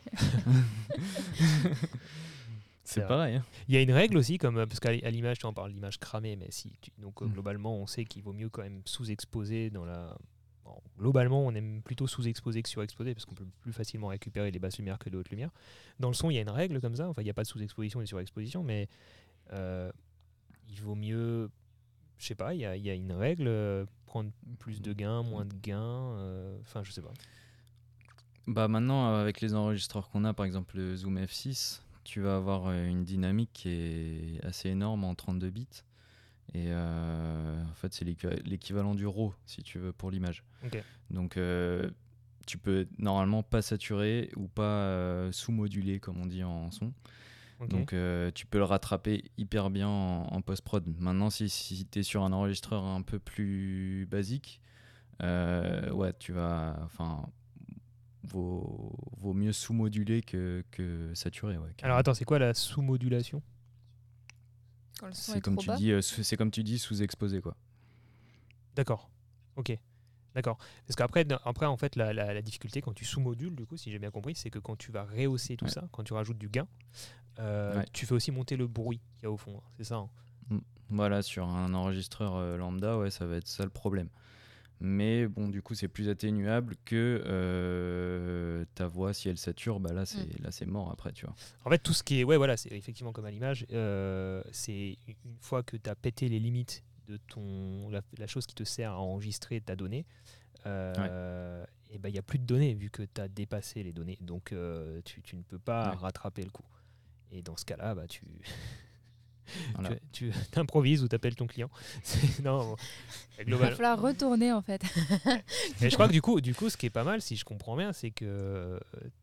[SPEAKER 1] C'est
[SPEAKER 2] C'est
[SPEAKER 1] vrai.
[SPEAKER 2] pareil. Hein.
[SPEAKER 1] Il y a une règle aussi, comme, euh, parce qu'à à l'image, tu en parles d'image cramée, mais si tu- donc euh,
[SPEAKER 2] Mm.
[SPEAKER 1] globalement, on sait qu'il vaut mieux quand même sous-exposer dans la. Bon, globalement, on aime plutôt sous-exposer que surexposer, parce qu'on peut plus facilement récupérer les basses lumières que les hautes lumières. Dans le son, il y a une règle comme ça, enfin, il n'y a pas de sous-exposition et de surexposition, mais euh, il vaut mieux. Je sais pas, il y a, il y a une règle, euh, prendre plus de gains, moins de gains, euh, enfin, je sais pas.
[SPEAKER 2] Bah maintenant, avec les enregistreurs qu'on a, par exemple le Zoom F six, tu vas avoir euh, une dynamique qui est assez énorme en trente-deux bits. Et euh, en fait, c'est l'équi- l'équivalent du RAW, si tu veux, pour l'image.
[SPEAKER 1] Ok.
[SPEAKER 2] Donc, euh, tu peux normalement pas saturer ou pas euh, sous-moduler, comme on dit en son.
[SPEAKER 1] Ok.
[SPEAKER 2] Donc, euh, tu peux le rattraper hyper bien en, en post-prod. Maintenant, si, si tu es sur un enregistreur un peu plus basique, euh, ouais, tu vas... Enfin, vaut, vaut mieux sous-moduler que, que saturer. Ouais,
[SPEAKER 1] Alors
[SPEAKER 2] carrément.
[SPEAKER 1] attends, c'est quoi la sous-modulation?
[SPEAKER 3] Quand le son
[SPEAKER 2] C'est
[SPEAKER 3] est
[SPEAKER 2] comme
[SPEAKER 3] trop
[SPEAKER 2] tu
[SPEAKER 3] bas.
[SPEAKER 2] dis, euh, sous- c'est comme tu dis, sous-exposé quoi.
[SPEAKER 1] D'accord. Ok. D'accord. Parce qu'après, dans- après, en fait, la, la- la difficulté quand tu sous-modules, du coup, si j'ai bien compris, c'est que quand tu vas rehausser tout
[SPEAKER 2] Ouais.
[SPEAKER 1] ça, quand tu rajoutes du gain, euh,
[SPEAKER 2] Ouais.
[SPEAKER 1] tu fais aussi monter le bruit qu'il y a au fond. C'est ça. Hein.
[SPEAKER 2] Voilà, sur un enregistreur euh, lambda, ouais, ça va être ça le problème. Mais bon, du coup, c'est plus atténuable que euh, ta voix, si elle sature, bah là, c'est
[SPEAKER 3] Mm.
[SPEAKER 2] là, c'est mort après, tu vois.
[SPEAKER 1] En fait, tout ce qui est. Ouais, voilà, c'est effectivement comme à l'image. euh, c'est une fois que tu as pété les limites de ton, la, la chose qui te sert à enregistrer ta donnée, euh, et ben il n'y a plus de données vu que tu as dépassé les données. Donc, euh, tu, tu ne peux pas
[SPEAKER 2] Ouais.
[SPEAKER 1] rattraper le coup. Et dans ce cas-là, bah, tu.
[SPEAKER 2] Voilà.
[SPEAKER 1] tu tu improvises ou tu appelles ton client. C'est- non, bon,
[SPEAKER 3] Il va
[SPEAKER 1] globalement.
[SPEAKER 3] falloir retourner en fait.
[SPEAKER 1] Et je crois que du coup, du coup, ce qui est pas mal, si je comprends bien, c'est que euh,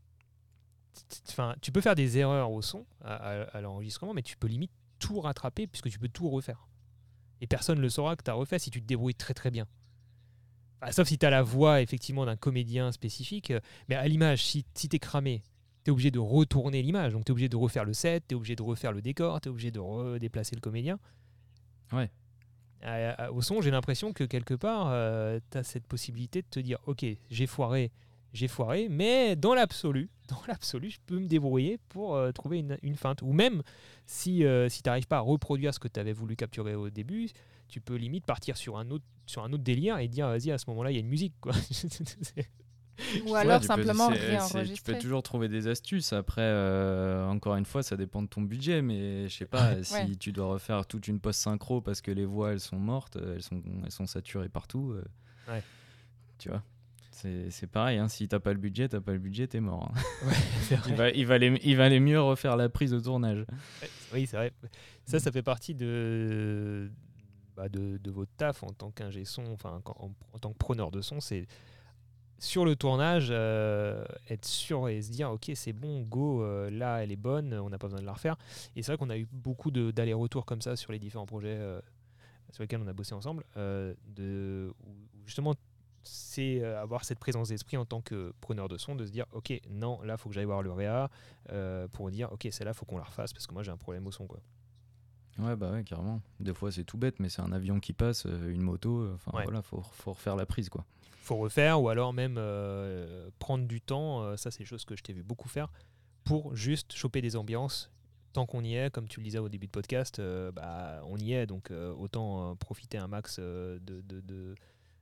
[SPEAKER 1] enfin, tu peux faire des erreurs au son, à, à- à l'enregistrement, mais tu peux limite tout rattraper puisque tu peux tout refaire. Et personne ne le saura que tu as refait si tu te débrouilles très très bien. Enfin, sauf si tu as la voix effectivement d'un comédien spécifique. euh, Mais à l'image, si, si tu es cramé, tu es obligé de retourner l'image. Donc tu es obligé de refaire le set, tu es obligé de refaire le décor, tu es obligé de redéplacer le comédien.
[SPEAKER 2] Ouais.
[SPEAKER 1] À- à- au son, j'ai l'impression que quelque part, tu as cette possibilité de te dire ok, j'ai foiré, j'ai foiré, mais dans l'absolu, dans l'absolu, je peux me débrouiller pour euh, trouver une, une feinte. Ou même si, euh, si tu n'arrives pas à reproduire ce que tu avais voulu capturer au début, tu peux limite partir sur un autre, sur un autre délire et dire vas-y, à ce moment-là, il y a une musique. Quoi.
[SPEAKER 3] Ou
[SPEAKER 2] Ouais,
[SPEAKER 3] alors
[SPEAKER 2] tu peux-
[SPEAKER 3] simplement
[SPEAKER 2] c'est- c'est- tu peux
[SPEAKER 3] réenregistrer.
[SPEAKER 2] toujours trouver des astuces. Après, euh, encore une fois, ça dépend de ton budget. Mais je sais pas, si
[SPEAKER 3] Ouais.
[SPEAKER 2] tu dois refaire toute une post-synchro parce que les voix, elles sont mortes, euh, elles sont, elles sont saturées partout. euh,
[SPEAKER 1] Ouais.
[SPEAKER 2] Tu vois, c'est c'est pareil. Hein, si t'as pas le budget, t'as pas le budget, t'es mort. hein.
[SPEAKER 1] Ouais, c'est vrai.
[SPEAKER 2] Il, va, il, valait, il valait mieux refaire la prise au tournage.
[SPEAKER 1] Ouais, oui, c'est vrai. Ça, ça fait partie de, bah, de, de votre taf en tant qu'ingé son, enfin en, en, en tant que preneur de son, c'est sur le tournage, euh, être sûr et se dire ok, c'est bon, go, euh, là elle est bonne, on n'a pas besoin de la refaire. Et c'est vrai qu'on a eu beaucoup de- d'allers-retours comme ça sur les différents projets euh, sur lesquels on a bossé ensemble, euh, de, où, où justement c'est euh, avoir cette présence d'esprit en tant que preneur de son, de se dire ok, non, là faut que j'aille voir le réa euh, pour dire ok, celle-là faut qu'on la refasse parce que moi j'ai un problème au son quoi.
[SPEAKER 2] Ouais, bah ouais, carrément. Des fois, c'est tout bête, mais c'est un avion qui passe, euh, une moto. Enfin,
[SPEAKER 1] Ouais.
[SPEAKER 2] voilà, faut, faut refaire la prise, quoi.
[SPEAKER 1] Faut refaire ou alors même euh, prendre du temps, euh, ça c'est des choses que je t'ai vu beaucoup faire, pour juste choper des ambiances. Tant qu'on y est, comme tu le disais au début de podcast, euh, bah, on y est, donc euh, autant euh, profiter un max euh, de, de, de,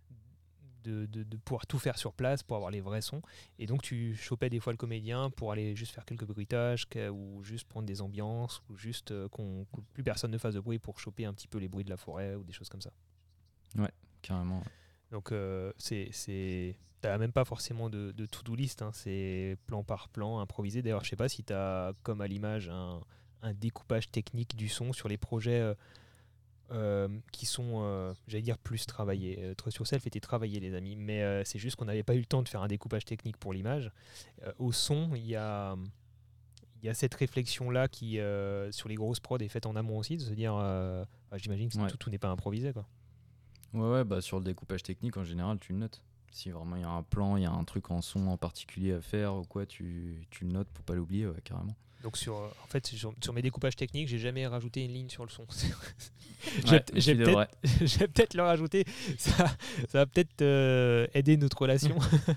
[SPEAKER 1] de, de, de pouvoir tout faire sur place pour avoir les vrais sons. Et donc tu chopais des fois le comédien pour aller juste faire quelques bruitages que- ou juste prendre des ambiances ou juste euh, qu'on, que plus personne ne fasse de bruit pour choper un petit peu les bruits de la forêt ou des choses comme ça.
[SPEAKER 2] Carrément.
[SPEAKER 1] Donc euh, c'est, c'est... T'as même pas forcément de, de to-do list, hein, c'est plan par plan, improvisé. D'ailleurs, je sais pas si tu as, comme à l'image, un, un découpage technique du son sur les projets euh, euh, qui sont, euh, j'allais dire, plus travaillés. Euh, Trust Yourself était travaillé, les amis, mais euh, c'est juste qu'on n'avait pas eu le temps de faire un découpage technique pour l'image. Euh, au son, il y a, il y a cette réflexion-là qui, euh, sur les grosses prods, est faite en amont aussi, de se dire, euh, bah, j'imagine que
[SPEAKER 2] Ouais.
[SPEAKER 1] tout, tout n'est pas improvisé, quoi.
[SPEAKER 2] Ouais, ouais, bah sur le découpage technique, en général, tu le notes. Si vraiment il y a un plan, il y a un truc en son en particulier à faire ou quoi, tu, tu le notes pour pas l'oublier, ouais, carrément.
[SPEAKER 1] Donc sur, euh, en fait, sur, sur mes découpages techniques, j'ai jamais rajouté une ligne sur le son. j'ai
[SPEAKER 2] Ouais,
[SPEAKER 1] j'ai
[SPEAKER 2] tu
[SPEAKER 1] peut-être,
[SPEAKER 2] devrais.
[SPEAKER 1] j'ai peut-être le rajouter. Ça, ça va peut-être euh, aider notre relation.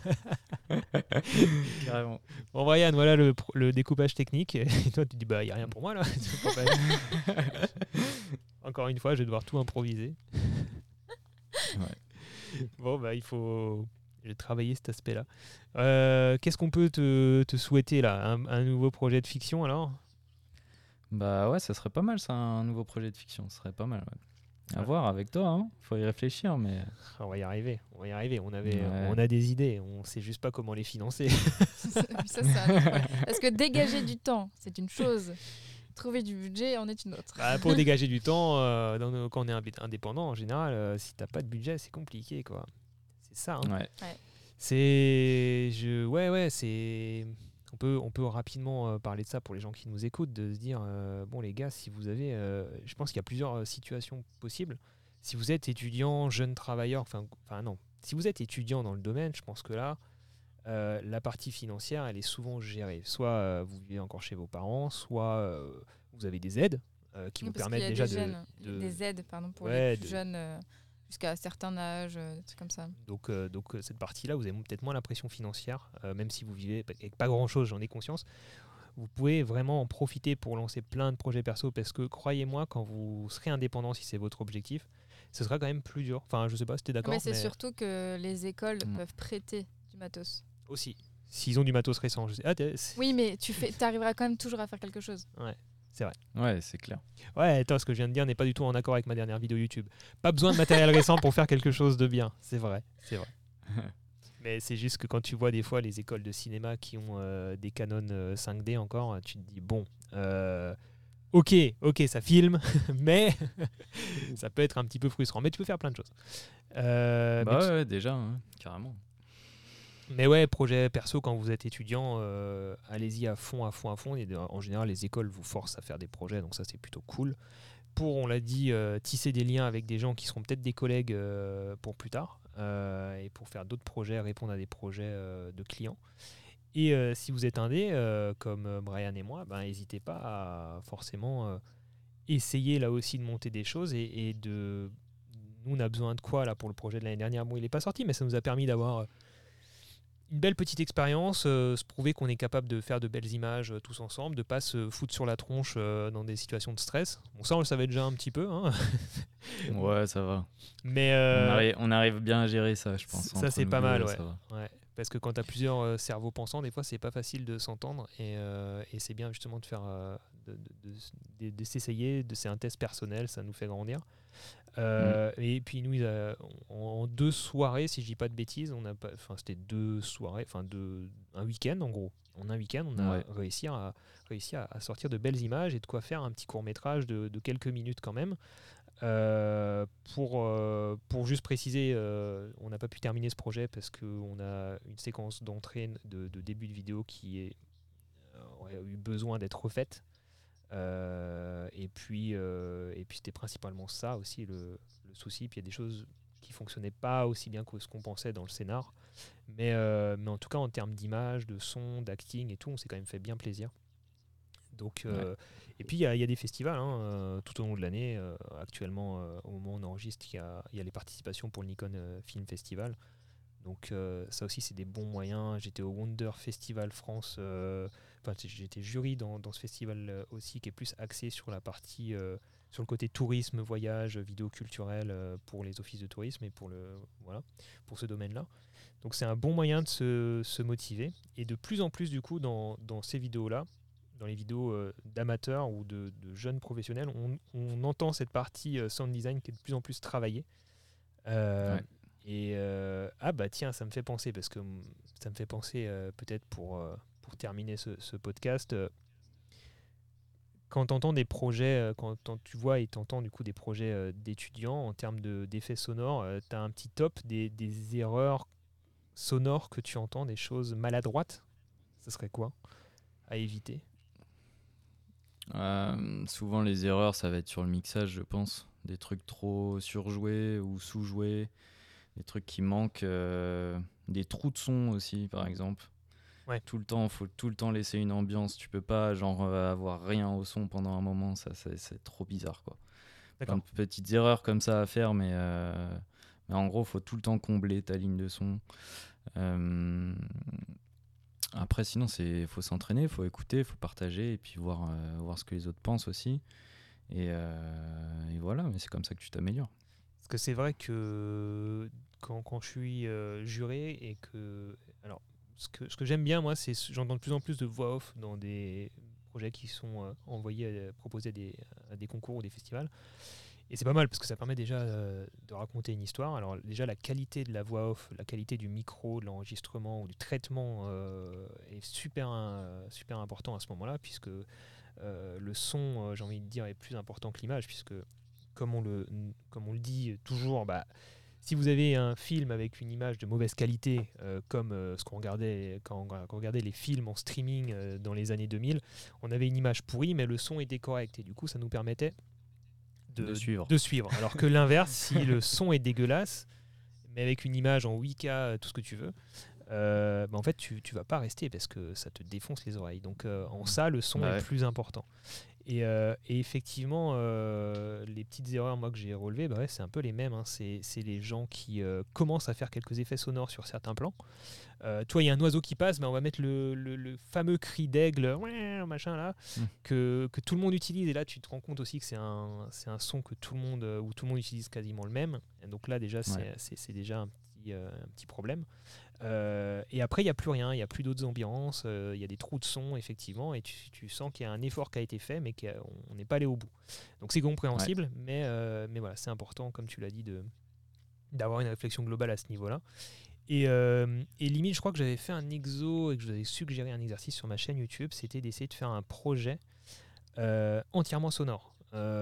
[SPEAKER 2] Carrément.
[SPEAKER 1] Bon, Brian, voilà le, pro- le découpage technique. Et toi, tu dis bah, il y a rien pour moi là. Encore une fois, je vais devoir tout improviser.
[SPEAKER 2] Ouais.
[SPEAKER 1] Bon, bah, il faut. J'ai travaillé cet aspect-là. Euh, qu'est-ce qu'on peut te, te souhaiter là, un, un nouveau projet de fiction alors?
[SPEAKER 2] Bah ouais, ça serait pas mal, ça, un nouveau projet de fiction, ce serait pas mal. Ouais. À
[SPEAKER 1] Ouais.
[SPEAKER 2] voir avec toi, hein. Faut y réfléchir, mais.
[SPEAKER 1] On va y arriver, on va y arriver. On, avait,
[SPEAKER 2] Ouais.
[SPEAKER 1] on a des idées, on sait juste pas comment les financer.
[SPEAKER 3] ça, ça, c'est un autre problème. Parce que dégager du temps, c'est une chose. Trouver du budget en est une autre.
[SPEAKER 1] Bah, pour dégager du temps, euh, dans nos- quand on est indé- indépendant, en général, euh, si t'as pas de budget, c'est compliqué, quoi. C'est ça. Hein.
[SPEAKER 2] Ouais.
[SPEAKER 1] C'est, je, ouais, ouais, c'est. On peut, on peut rapidement euh, parler de ça pour les gens qui nous écoutent, de se dire, euh, bon les gars, si vous avez, euh, je pense qu'il y a plusieurs euh, situations possibles. Si vous êtes étudiant, jeune travailleur, enfin, enfin non, si vous êtes étudiant dans le domaine, je pense que là, euh, la partie financière, elle est souvent gérée. Soit euh, vous vivez encore chez vos parents, soit euh, vous avez des aides. euh, qui
[SPEAKER 3] Oui,
[SPEAKER 1] vous
[SPEAKER 3] parce qu'il y
[SPEAKER 1] permettent
[SPEAKER 3] a
[SPEAKER 1] déjà
[SPEAKER 3] des,
[SPEAKER 1] de,
[SPEAKER 3] jeunes,
[SPEAKER 1] de-
[SPEAKER 3] des aides pardon, pour
[SPEAKER 1] Ouais,
[SPEAKER 3] les plus
[SPEAKER 1] de-
[SPEAKER 3] jeunes euh, jusqu'à un certain âge, euh, des trucs comme ça.
[SPEAKER 1] Donc, euh, donc euh, cette partie-là, vous avez peut-être moins la pression financière, euh, même si vous vivez avec pas grand-chose, j'en ai conscience. Vous pouvez vraiment en profiter pour lancer plein de projets perso, parce que croyez-moi, quand vous serez indépendant, si c'est votre objectif, ce sera quand même plus dur. Enfin, je sais pas si t'es d'accord,
[SPEAKER 3] Mais c'est
[SPEAKER 1] mais
[SPEAKER 3] surtout que les écoles
[SPEAKER 2] Mm.
[SPEAKER 3] peuvent prêter du matos.
[SPEAKER 1] aussi, s'ils ont du matos récent. Je sais. Ah, t'es- c'est-
[SPEAKER 3] Oui, mais tu fais, arriveras quand même toujours à faire quelque chose.
[SPEAKER 2] Ouais, c'est clair.
[SPEAKER 1] Ouais, attends, ce que je viens de dire n'est pas du tout en accord avec ma dernière vidéo YouTube. Pas besoin de matériel récent pour faire quelque chose de bien. C'est vrai, c'est vrai. Mais c'est juste que quand tu vois des fois les écoles de cinéma qui ont euh, des Canon euh, cinq D encore, tu te dis bon, euh, ok, ok, ça filme, mais ça peut être un petit peu frustrant. Mais tu peux faire plein de choses. Euh,
[SPEAKER 2] bah
[SPEAKER 1] mais,
[SPEAKER 2] ouais,
[SPEAKER 1] tu-
[SPEAKER 2] ouais, déjà, hein, carrément.
[SPEAKER 1] mais ouais, projet perso quand vous êtes étudiant, euh, allez-y à fond, à fond, à fond. Et de- en général, les écoles vous forcent à faire des projets, donc ça c'est plutôt cool. Pour, on l'a dit, euh, tisser des liens avec des gens qui seront peut-être des collègues euh, pour plus tard, euh, et pour faire d'autres projets, répondre à des projets euh, de clients. Et euh, si vous êtes indé, euh, comme euh, Brian et moi, ben, n'hésitez pas à forcément euh, essayer là aussi de monter des choses. Et, et de... Nous, on a besoin de quoi là pour le projet de l'année dernière? Bon, il n'est pas sorti, mais ça nous a permis d'avoir euh, une belle petite expérience, euh, se prouver qu'on est capable de faire de belles images euh, tous ensemble, de pas se foutre sur la tronche euh, dans des situations de stress. Bon, ça, on le savait déjà un petit peu, hein.
[SPEAKER 2] Ouais, ça va.
[SPEAKER 1] Mais
[SPEAKER 2] On,
[SPEAKER 1] euh,
[SPEAKER 2] arrive, on arrive bien à gérer ça, je pense.
[SPEAKER 1] ça,
[SPEAKER 2] Entre
[SPEAKER 1] c'est
[SPEAKER 2] nous
[SPEAKER 1] pas
[SPEAKER 2] deux,
[SPEAKER 1] mal,
[SPEAKER 2] ça
[SPEAKER 1] ouais.
[SPEAKER 2] va.
[SPEAKER 1] Ouais. Parce que quand tu as plusieurs euh, cerveaux pensants, des fois, c'est pas facile de s'entendre. Et, euh, et c'est bien justement de faire, euh, de, de, de, de, de s'essayer. De, c'est un test personnel, ça nous fait grandir. Euh, mm. Et puis nous, a, en, en deux soirées, si je dis pas de bêtises, on a pas, enfin c'était deux soirées, enfin deux, un week-end en gros. En un week-end, on a
[SPEAKER 2] Ouais.
[SPEAKER 1] réussi, à, réussi à, à sortir de belles images et de quoi faire un petit court métrage de, de quelques minutes quand même. Euh, pour, euh, pour juste préciser, euh, on n'a pas pu terminer ce projet parce qu'on a une séquence d'entrée de, de début de vidéo qui est, euh, aurait eu besoin d'être refaite. Euh, et puis, euh, et puis c'était principalement ça aussi le, le souci. Puis il y a des choses qui fonctionnaient pas aussi bien que ce qu'on pensait dans le scénar. Mais, euh, mais en tout cas, en termes d'image, de son, d'acting et tout, on s'est quand même fait bien plaisir. Donc, euh, ouais. Et puis il y, y a des festivals hein, euh, tout au long de l'année. Euh, actuellement, euh, au moment où on enregistre, il y a, y a les participations pour le Nikon euh, Film Festival. Donc euh, ça aussi, c'est des bons moyens. J'étais au Wonder Festival France. Euh, enfin, j'étais jury dans, dans ce festival euh, aussi, qui est plus axé sur la partie, euh, sur le côté tourisme, voyage, vidéo culturelle euh, pour les offices de tourisme et pour le voilà, pour ce domaine-là. Donc c'est un bon moyen de se, se motiver. Et de plus en plus du coup dans, dans ces vidéos-là, dans les vidéos euh, d'amateurs ou de, de jeunes professionnels, on, on entend cette partie euh, sound design qui est de plus en plus travaillée. Euh, ouais. Et euh, ah bah tiens, ça me fait penser, parce que ça me fait penser euh, peut-être pour, euh, pour terminer ce, ce podcast, euh, quand tu entends des projets, euh, quand tu vois et tu entends du coup des projets euh, d'étudiants en termes de, d'effets sonores, euh, tu as un petit top des, des erreurs sonores que tu entends, des choses maladroites. Ça serait quoi à éviter?
[SPEAKER 2] Euh, souvent les erreurs ça va être sur le mixage, je pense, des trucs trop surjoués ou sous-joués, des trucs qui manquent, euh, des trous de son aussi par exemple.
[SPEAKER 1] Ouais.
[SPEAKER 2] Tout le temps, faut tout le temps laisser une ambiance, tu peux pas genre euh, avoir rien au son pendant un moment, ça c'est, c'est trop bizarre quoi. Plein de petites erreurs comme ça à faire, mais, euh, mais en gros faut tout le temps combler ta ligne de son. Euh, Après, sinon, il faut s'entraîner, il faut écouter, il faut partager et puis voir, euh, voir ce que les autres pensent aussi. Et, euh, et voilà, mais c'est comme ça que tu t'améliores.
[SPEAKER 1] Parce que c'est vrai que quand, quand je suis euh, juré et que... Alors, ce que, ce que j'aime bien, moi, c'est j'entends de plus en plus de voix off dans des projets qui sont euh, envoyés, à, proposés à des, à des concours ou des festivals. Et c'est pas mal parce que ça permet déjà euh, de raconter une histoire. Alors déjà la qualité de la voix off, la qualité du micro, de l'enregistrement ou du traitement euh, est super, euh, super important à ce moment-là, puisque euh, le son, euh, j'ai envie de dire, est plus important que l'image, puisque comme on le, comme on le dit toujours, bah, si vous avez un film avec une image de mauvaise qualité, euh, comme euh, ce qu'on regardait quand on regardait les films en streaming euh, dans les années deux mille, on avait une image pourrie, mais le son était correct. Et du coup, ça nous permettait De,
[SPEAKER 2] de, suivre.
[SPEAKER 1] de suivre. Alors que l'inverse, si le son est dégueulasse, mais avec une image en huit K, tout ce que tu veux, euh, bah, en fait, tu, tu vas pas rester parce que ça te défonce les oreilles. Donc, euh, en ça, le son
[SPEAKER 2] Bah
[SPEAKER 1] est
[SPEAKER 2] ouais.
[SPEAKER 1] plus important. Et, euh, et effectivement, euh, les petites erreurs moi, que j'ai relevées, bah ouais, c'est un peu les mêmes. Hein. C'est, c'est les gens qui euh, commencent à faire quelques effets sonores sur certains plans. Euh, toi, il y a un oiseau qui passe, bah, on va mettre le, le- le fameux cri d'aigle, ouin, machin là,
[SPEAKER 2] Mm.
[SPEAKER 1] que, que tout le monde utilise. Et là, tu te rends compte aussi que c'est un, c'est un son que tout le monde, euh, où tout le monde utilise quasiment le même. Et donc là, déjà, c'est,
[SPEAKER 2] Ouais.
[SPEAKER 1] c'est, c'est déjà un petit, euh, un petit problème. Euh, et après, il n'y a plus rien, il n'y a plus d'autres ambiances, euh, il y a des trous de son, effectivement, et tu, tu sens qu'il y a un effort qui a été fait, mais qu'on n'est pas allé au bout. Donc c'est compréhensible, mais, euh, mais voilà, c'est important, comme tu l'as dit, de, d'avoir une réflexion globale à ce niveau-là. Et, euh, et limite, je crois que j'avais fait un exo et que je vous avais suggéré un exercice sur ma chaîne YouTube, c'était d'essayer de faire un projet euh, entièrement sonore.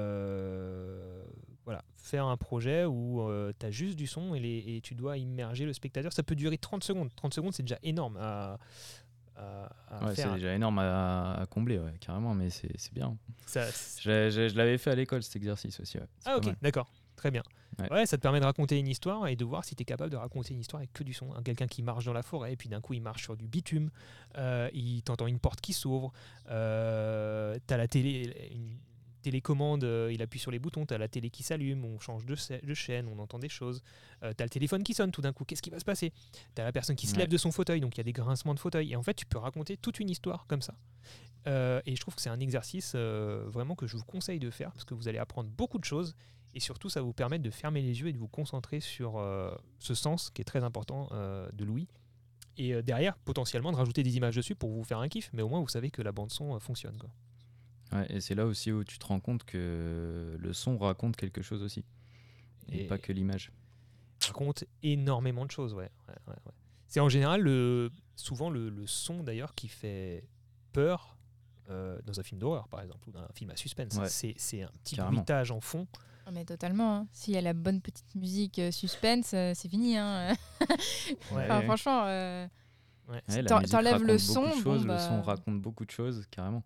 [SPEAKER 1] Euh, voilà, faire un projet où euh, tu as juste du son et, les, et tu dois immerger le spectateur. Ça peut durer trente secondes. trente secondes, c'est déjà énorme à, à, à
[SPEAKER 2] Ouais, c'est
[SPEAKER 1] faire.
[SPEAKER 2] déjà énorme à, à combler, ouais, carrément, mais c'est c'est bien.
[SPEAKER 1] Ça, c'est-
[SPEAKER 2] Je, l'ai- je- je l'avais fait à l'école cet exercice aussi. Ouais. C'est
[SPEAKER 1] Ah
[SPEAKER 2] pas
[SPEAKER 1] ok,
[SPEAKER 2] mal.
[SPEAKER 1] d'accord, très bien.
[SPEAKER 2] Ouais.
[SPEAKER 1] Ouais, ça te permet de raconter une histoire et de voir si tu es capable de raconter une histoire avec que du son. Hein, quelqu'un qui marche dans la forêt, et puis d'un coup il marche sur du bitume, euh, il t'entend une porte qui s'ouvre, euh, tu as la télé, une télécommande, euh, il appuie sur les boutons, tu as la télé qui s'allume, on change de, sa- de chaîne, on entend des choses, euh, tu as le téléphone qui sonne tout d'un coup, qu'est-ce qui va se passer? Tu as la personne qui se
[SPEAKER 2] Ouais.
[SPEAKER 1] lève de son fauteuil, donc il y a des grincements de fauteuil, et en fait tu peux raconter toute une histoire comme ça. Euh, et je trouve que c'est un exercice euh, vraiment que je vous conseille de faire parce que vous allez apprendre beaucoup de choses et surtout ça va vous permettre de fermer les yeux et de vous concentrer sur euh, ce sens qui est très important euh, de l'ouïe et euh, derrière potentiellement de rajouter des images dessus pour vous faire un kiff, mais au moins vous savez que la bande son euh, fonctionne quoi.
[SPEAKER 2] Ouais, et c'est là aussi où tu te rends compte que le son raconte quelque chose aussi, et,
[SPEAKER 1] Et
[SPEAKER 2] pas que l'image.
[SPEAKER 1] raconte énormément de choses, ouais. Ouais, ouais, ouais. C'est en général le, souvent le, le son d'ailleurs qui fait peur euh, dans un film d'horreur par exemple ou dans un film à suspense.
[SPEAKER 2] Ouais.
[SPEAKER 1] C'est, c'est un petit
[SPEAKER 2] Carrément.
[SPEAKER 1] bruitage en fond.
[SPEAKER 3] Ah, mais totalement. Hein. S'il y a la bonne petite musique euh, suspense, euh, c'est fini. Hein.
[SPEAKER 1] Ouais.
[SPEAKER 3] Enfin, franchement, euh,
[SPEAKER 1] Ouais.
[SPEAKER 2] Ouais, la
[SPEAKER 3] t'en-
[SPEAKER 2] musique
[SPEAKER 3] t'enlèves
[SPEAKER 2] raconte
[SPEAKER 3] le
[SPEAKER 2] beaucoup
[SPEAKER 3] son,
[SPEAKER 2] de choses,
[SPEAKER 3] bon,
[SPEAKER 2] le son
[SPEAKER 3] bah-
[SPEAKER 2] raconte beaucoup de choses, carrément.